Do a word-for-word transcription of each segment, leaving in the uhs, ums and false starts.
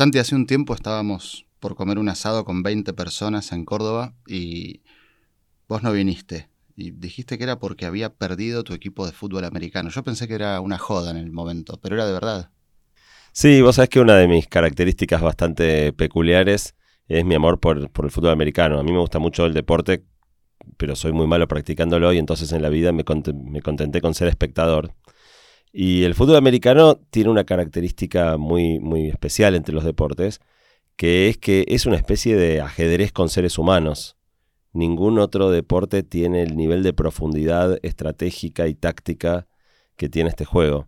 Santi, hace un tiempo estábamos por comer un asado con veinte personas en Córdoba y vos no viniste. Y dijiste que era porque había perdido tu equipo de fútbol americano. Yo pensé que era una joda en el momento, pero era de verdad. Sí, vos sabés que una de mis características bastante peculiares es mi amor por, por el fútbol americano. A mí me gusta mucho el deporte, pero soy muy malo practicándolo y entonces en la vida me, cont- me contenté con ser espectador. Y el fútbol americano tiene una característica muy, muy especial entre los deportes, que es que es una especie de ajedrez con seres humanos. Ningún otro deporte tiene el nivel de profundidad estratégica y táctica que tiene este juego.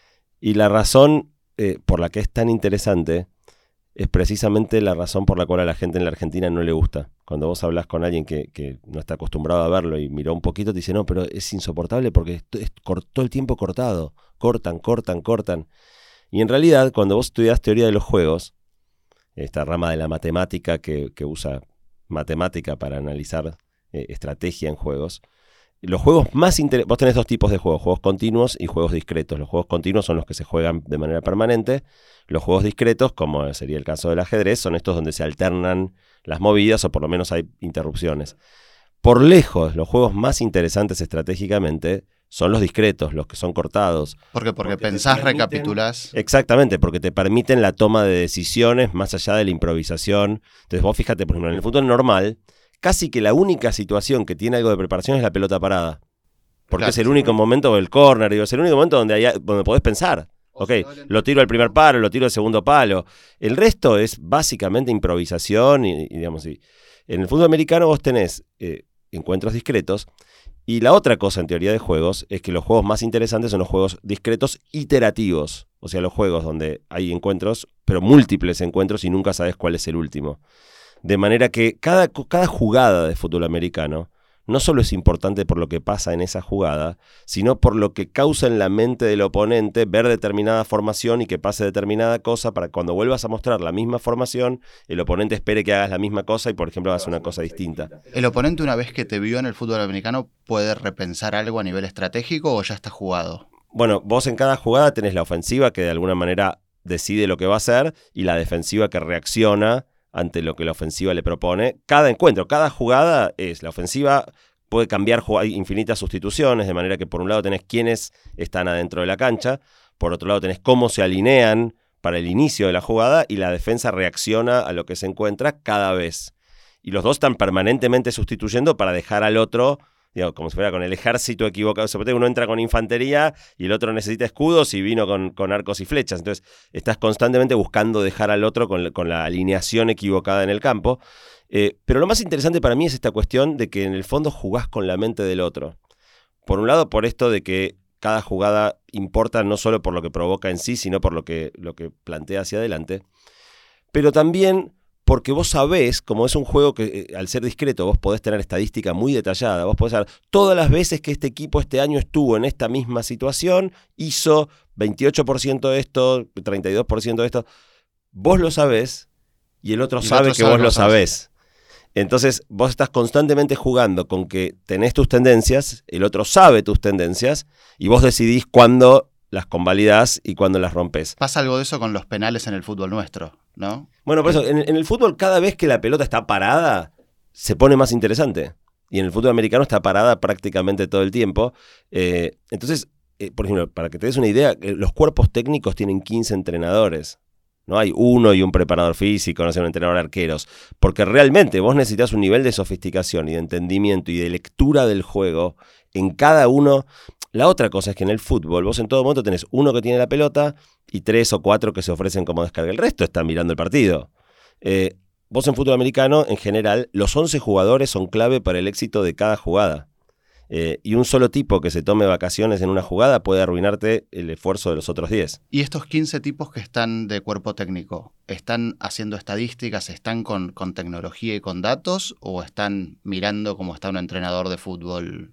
Y la razón eh, por la que es tan interesante es precisamente la razón por la cual a la gente en la Argentina no le gusta. Cuando vos hablas con alguien que, que no está acostumbrado a verlo y miró un poquito, te dice, no, pero es insoportable porque es, es todo el tiempo cortado. Cortan, cortan, cortan. Y en realidad, cuando vos estudiás teoría de los juegos, esta rama de la matemática que, que usa matemática para analizar eh, estrategia en juegos, los juegos más interesantes, vos tenés dos tipos de juegos, juegos continuos y juegos discretos. Los juegos continuos son los que se juegan de manera permanente. Los juegos discretos, como sería el caso del ajedrez, son estos donde se alternan las movidas o por lo menos hay interrupciones. Por lejos, los juegos más interesantes estratégicamente son los discretos, los que son cortados. ¿Por qué? Porque, porque pensás, permiten, recapitulás. Exactamente, porque te permiten la toma de decisiones más allá de la improvisación. Entonces vos fíjate, por ejemplo, en el fútbol normal, casi que la única situación que tiene algo de preparación es la pelota parada. Porque claro, es el único momento, el córner, digo, es el único momento donde, hay, donde podés pensar. Ok, lo tiro al primer palo, lo tiro al segundo palo. El resto es básicamente improvisación y, y digamos, y en el fútbol americano vos tenés eh, encuentros discretos. Y la otra cosa en teoría de juegos es que los juegos más interesantes son los juegos discretos iterativos. O sea, los juegos donde hay encuentros, pero múltiples encuentros y nunca sabes cuál es el último. De manera que cada, cada jugada de fútbol americano no solo es importante por lo que pasa en esa jugada, sino por lo que causa en la mente del oponente ver determinada formación y que pase determinada cosa para que cuando vuelvas a mostrar la misma formación, el oponente espere que hagas la misma cosa y, por ejemplo, hagas una cosa distinta. ¿El oponente, una vez que te vio en el fútbol americano, puede repensar algo a nivel estratégico o ya está jugado? Bueno, vos en cada jugada tenés la ofensiva que de alguna manera decide lo que va a hacer y la defensiva que reacciona ante lo que la ofensiva le propone. Cada encuentro, cada jugada es, la ofensiva puede cambiar, hay infinitas sustituciones, de manera que por un lado tenés quiénes están adentro de la cancha, por otro lado tenés cómo se alinean para el inicio de la jugada y la defensa reacciona a lo que se encuentra cada vez. Y los dos están permanentemente sustituyendo para dejar al otro, digamos, como si fuera con el ejército equivocado. Uno entra con infantería y el otro necesita escudos y vino con, con arcos y flechas. Entonces estás constantemente buscando dejar al otro con, con la alineación equivocada en el campo. Eh, pero lo más interesante para mí es esta cuestión de que en el fondo jugás con la mente del otro. Por un lado, por esto de que cada jugada importa no solo por lo que provoca en sí, sino por lo que, lo que plantea hacia adelante. Pero también porque vos sabés, como es un juego que eh, al ser discreto vos podés tener estadística muy detallada, vos podés saber todas las veces que este equipo este año estuvo en esta misma situación, hizo veintiocho por ciento de esto, treinta y dos por ciento de esto, vos lo sabés y el otro y sabe el otro que sabe vos lo sabés. Entonces vos estás constantemente jugando con que tenés tus tendencias, el otro sabe tus tendencias y vos decidís cuándo las convalidás y cuándo las rompés. Pasa algo de eso con los penales en el fútbol nuestro, ¿no? Bueno, por eso, en, en el fútbol cada vez que la pelota está parada, se pone más interesante. Y en el fútbol americano está parada prácticamente todo el tiempo. Eh, entonces, eh, por ejemplo, para que te des una idea, eh, los cuerpos técnicos tienen quince entrenadores. No hay uno y un preparador físico, no sé, un entrenador de arqueros. Porque realmente vos necesitas un nivel de sofisticación y de entendimiento y de lectura del juego en cada uno. La otra cosa es que en el fútbol vos en todo momento tenés uno que tiene la pelota y tres o cuatro que se ofrecen como descarga. El resto están mirando el partido. Eh, vos en fútbol americano, en general, los once jugadores son clave para el éxito de cada jugada. Eh, y un solo tipo que se tome vacaciones en una jugada puede arruinarte el esfuerzo de los otros diez. ¿Y estos quince tipos que están de cuerpo técnico, están haciendo estadísticas, están con, con tecnología y con datos o están mirando cómo está un entrenador de fútbol?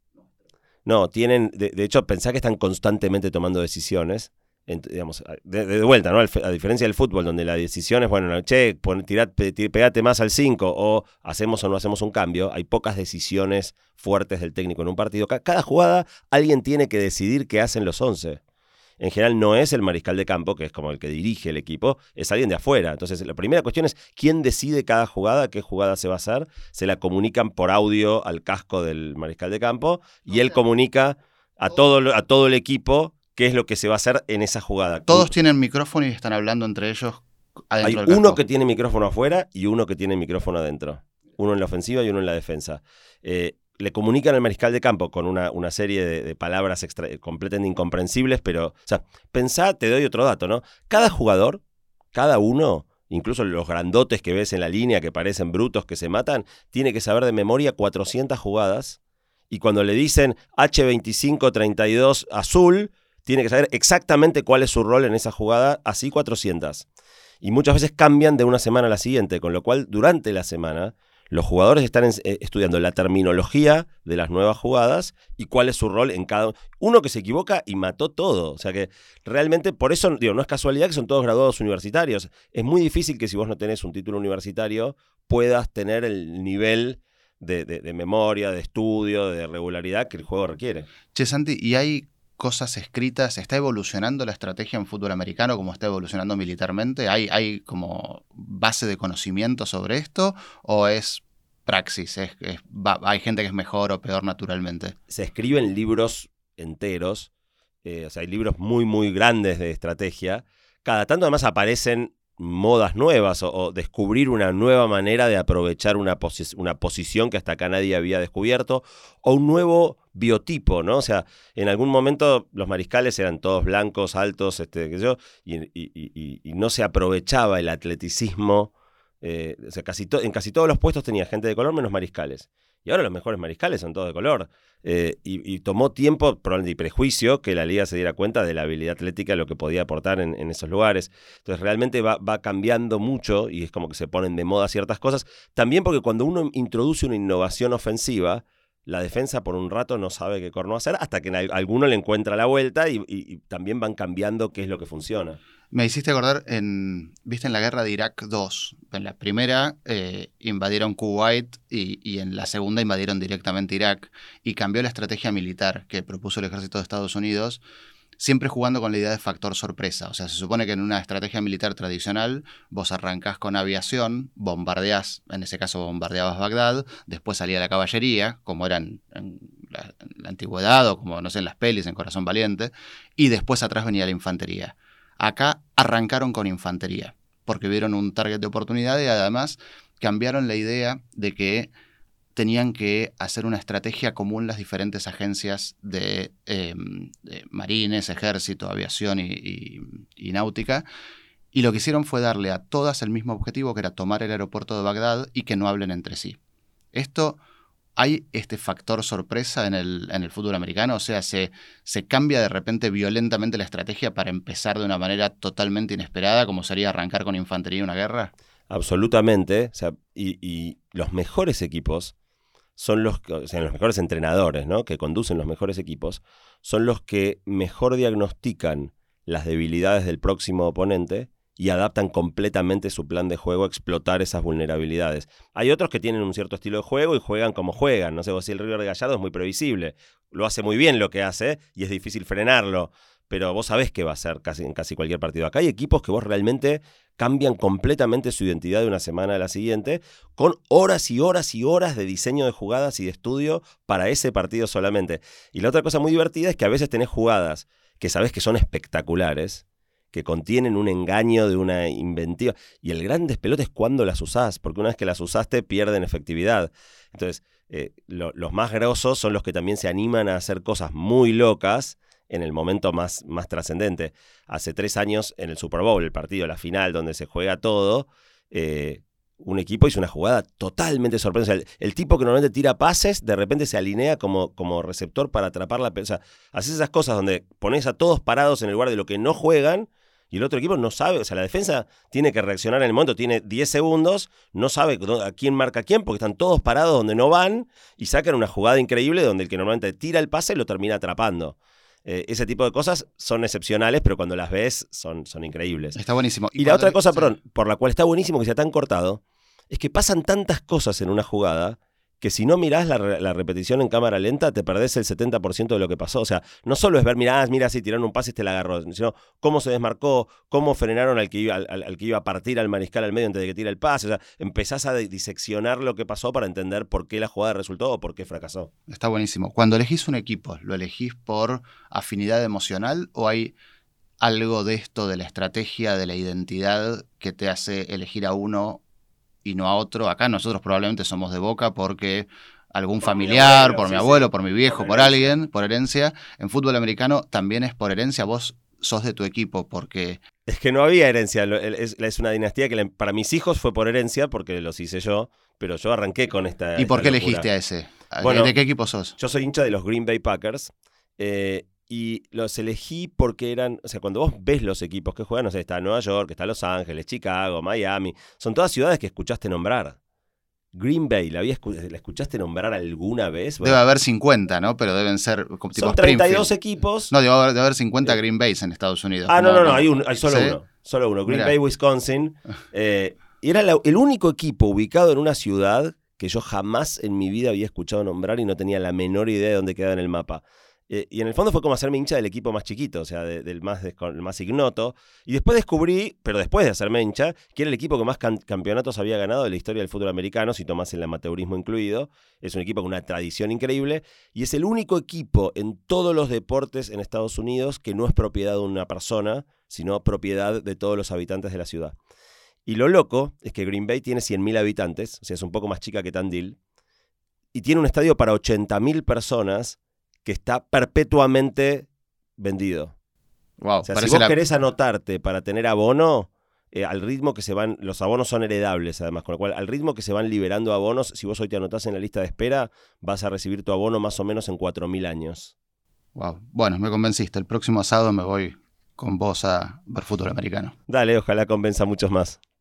No, tienen, de, de hecho, pensá que están constantemente tomando decisiones. En, digamos, de, de vuelta, ¿no? A diferencia del fútbol, donde la decisión es, bueno, che, pon, tirad, pegate más al cinco, o hacemos o no hacemos un cambio, hay pocas decisiones fuertes del técnico en un partido. Cada jugada alguien tiene que decidir qué hacen los once. en general no es el mariscal de campo, que es como el que dirige el equipo, es alguien de afuera. Entonces, la primera cuestión es quién decide cada jugada, qué jugada se va a hacer. Se la comunican por audio al casco del mariscal de campo y él comunica a todo, a todo el equipo qué es lo que se va a hacer en esa jugada. Todos tienen micrófono y están hablando entre ellos adentro Hay del uno casco. que tiene micrófono afuera y uno que tiene micrófono adentro. Uno en la ofensiva y uno en la defensa. Eh, le comunican al mariscal de campo con una, una serie de, de palabras extra, completamente incomprensibles, pero, o sea, pensá, te doy otro dato, ¿no? Cada jugador, cada uno, incluso los grandotes que ves en la línea que parecen brutos que se matan, tiene que saber de memoria cuatrocientas jugadas y cuando le dicen H veinticinco treinta y dos azul, tiene que saber exactamente cuál es su rol en esa jugada, así cuatrocientas. Y muchas veces cambian de una semana a la siguiente, con lo cual durante la semana los jugadores están en, eh, estudiando la terminología de las nuevas jugadas y cuál es su rol en cada uno. Que se equivoca y mató todo. O sea que realmente, por eso digo, no es casualidad que son todos graduados universitarios. Es muy difícil que si vos no tenés un título universitario puedas tener el nivel de, de, de memoria, de estudio, de regularidad que el juego requiere. Che, Santi, ¿y hay cosas escritas? ¿Está evolucionando la estrategia en fútbol americano como está evolucionando militarmente? ¿Hay, hay como base de conocimiento sobre esto o es praxis? ¿Es, es, va, ¿Hay gente que es mejor o peor naturalmente? Se escriben libros enteros, eh, o sea, hay libros muy, muy grandes de estrategia. Cada tanto además aparecen modas nuevas o, o descubrir una nueva manera de aprovechar una, posi- una posición que hasta acá nadie había descubierto, o un nuevo biotipo, ¿no? O sea, en algún momento los mariscales eran todos blancos, altos, este, qué sé yo, y, y, y, y no se aprovechaba el atleticismo. Eh, o sea, casi to- en casi todos los puestos tenía gente de color menos mariscales. Y ahora los mejores mariscales son todos de color. Eh, y, y tomó tiempo, probablemente y prejuicio, que la liga se diera cuenta de la habilidad atlética, lo que podía aportar en, en esos lugares. Entonces realmente va, va cambiando mucho y es como que se ponen de moda ciertas cosas. También porque cuando uno introduce una innovación ofensiva, la defensa por un rato no sabe qué corno hacer hasta que a alguno le encuentra la vuelta y, y, y también van cambiando qué es lo que funciona. Me hiciste acordar, en, viste en la guerra de Irak dos, en la primera eh, invadieron Kuwait y, y en la segunda invadieron directamente Irak y cambió la estrategia militar que propuso el ejército de Estados Unidos, siempre jugando con la idea de factor sorpresa. O sea, se supone que en una estrategia militar tradicional vos arrancás con aviación, bombardeás, en ese caso bombardeabas Bagdad, después salía la caballería, como era en, en, la, en la antigüedad o como, no sé, en las pelis, en Corazón Valiente, y después atrás venía la infantería. Acá arrancaron con infantería, porque vieron un target de oportunidad y además cambiaron la idea de que tenían que hacer una estrategia común las diferentes agencias de, eh, de marines, ejército, aviación y, y, y náutica. Y lo que hicieron fue darle a todas el mismo objetivo, que era tomar el aeropuerto de Bagdad y que no hablen entre sí. Esto... ¿Hay este factor sorpresa en el, en el fútbol americano? O sea, ¿se, ¿se cambia de repente violentamente la estrategia para empezar de una manera totalmente inesperada, como sería arrancar con infantería una guerra? Absolutamente. O sea, y, y los mejores equipos son los, o sea, los mejores entrenadores, ¿no?, que conducen los mejores equipos, son los que mejor diagnostican las debilidades del próximo oponente y adaptan completamente su plan de juego a explotar esas vulnerabilidades. Hay otros que tienen un cierto estilo de juego y juegan como juegan. No sé, vos si el River de Gallardo es muy previsible. Lo hace muy bien lo que hace y es difícil frenarlo. Pero vos sabés qué va a hacer casi, en casi cualquier partido. Acá hay equipos que vos realmente cambian completamente su identidad de una semana a la siguiente con horas y horas y horas de diseño de jugadas y de estudio para ese partido solamente. Y la otra cosa muy divertida es que a veces tenés jugadas que sabés que son espectaculares, que contienen un engaño de una inventiva. Y el gran despelote es cuando las usás, porque una vez que las usaste pierden efectividad. Entonces, eh, lo, los más grosos son los que también se animan a hacer cosas muy locas en el momento más, más trascendente. Hace tres años, en el Super Bowl, el partido, la final, donde se juega todo, eh, un equipo hizo una jugada totalmente sorprendente. O sea, el, el tipo que normalmente tira pases, de repente se alinea como, como receptor para atrapar la pelota. O sea, haces esas cosas donde pones a todos parados en el lugar de lo que no juegan y el otro equipo no sabe. O sea, la defensa tiene que reaccionar en el momento, tiene diez segundos, no sabe a quién marca a quién, porque están todos parados donde no van y sacan una jugada increíble donde el que normalmente tira el pase lo termina atrapando. Eh, ese tipo de cosas son excepcionales, pero cuando las ves son, son increíbles. Está buenísimo. Y, y la otra cosa, sí, perdón, por la cual está buenísimo que sea tan cortado, es que pasan tantas cosas en una jugada que si no mirás la, la repetición en cámara lenta, te perdés el setenta por ciento de lo que pasó. O sea, no solo es ver, mirá, mira, si tiraron un pase y te la agarró, sino cómo se desmarcó, cómo frenaron al que, iba, al, al que iba a partir al mariscal al medio antes de que tire el pase. O sea, empezás a diseccionar lo que pasó para entender por qué la jugada resultó o por qué fracasó. Está buenísimo. Cuando elegís un equipo, ¿lo elegís por afinidad emocional o hay algo de esto, de la estrategia, de la identidad, que te hace elegir a uno y no a otro? Acá nosotros probablemente somos de Boca porque algún familiar, por mi abuelo, por, sí, mi abuelo, sí. por mi viejo, por, por alguien, por herencia. En fútbol americano también es por herencia. Vos sos de tu equipo porque... Es que no había herencia. Es, es una dinastía que para mis hijos fue por herencia porque los hice yo, pero yo arranqué con esta... ¿Y por esta qué locura. elegiste a ese? Bueno, ¿De qué equipo sos? Yo soy hincha de los Green Bay Packers. Eh, Y los elegí porque eran, o sea, cuando vos ves los equipos que juegan, no sé, está Nueva York, está Los Ángeles, Chicago, Miami, son todas ciudades que escuchaste nombrar. Green Bay, ¿la, había escu- ¿la escuchaste nombrar alguna vez? Bueno, debe haber cincuenta, ¿no? Pero deben ser como tipo son treinta y dos Springfield. Equipos. No, debe haber, debe haber cincuenta eh. Green Bays en Estados Unidos. Ah, no, no, no, no, hay, un, hay solo ¿sí? uno. Solo uno. Green Mirá. Bay, Wisconsin. Eh, y era la, el único equipo ubicado en una ciudad que yo jamás en mi vida había escuchado nombrar y no tenía la menor idea de dónde quedaba en el mapa. Eh, y en el fondo fue como hacerme hincha del equipo más chiquito, o sea, de, del más, el más ignoto. Y después descubrí, pero después de hacerme hincha, que era el equipo que más can- campeonatos había ganado de la historia del fútbol americano, si tomás el amateurismo incluido. Es un equipo con una tradición increíble y es el único equipo en todos los deportes en Estados Unidos que no es propiedad de una persona, sino propiedad de todos los habitantes de la ciudad. Y lo loco es que Green Bay tiene cien mil habitantes, o sea, es un poco más chica que Tandil, y tiene un estadio para ochenta mil personas que está perpetuamente vendido. Wow, o sea, si vos la... querés anotarte para tener abono, eh, al ritmo que se van, los abonos son heredables además, con lo cual al ritmo que se van liberando abonos, si vos hoy te anotás en la lista de espera, vas a recibir tu abono más o menos en cuatro mil años. Wow, bueno, me convenciste. El próximo sábado me voy con vos a ver fútbol americano. Dale, ojalá convenza a muchos más.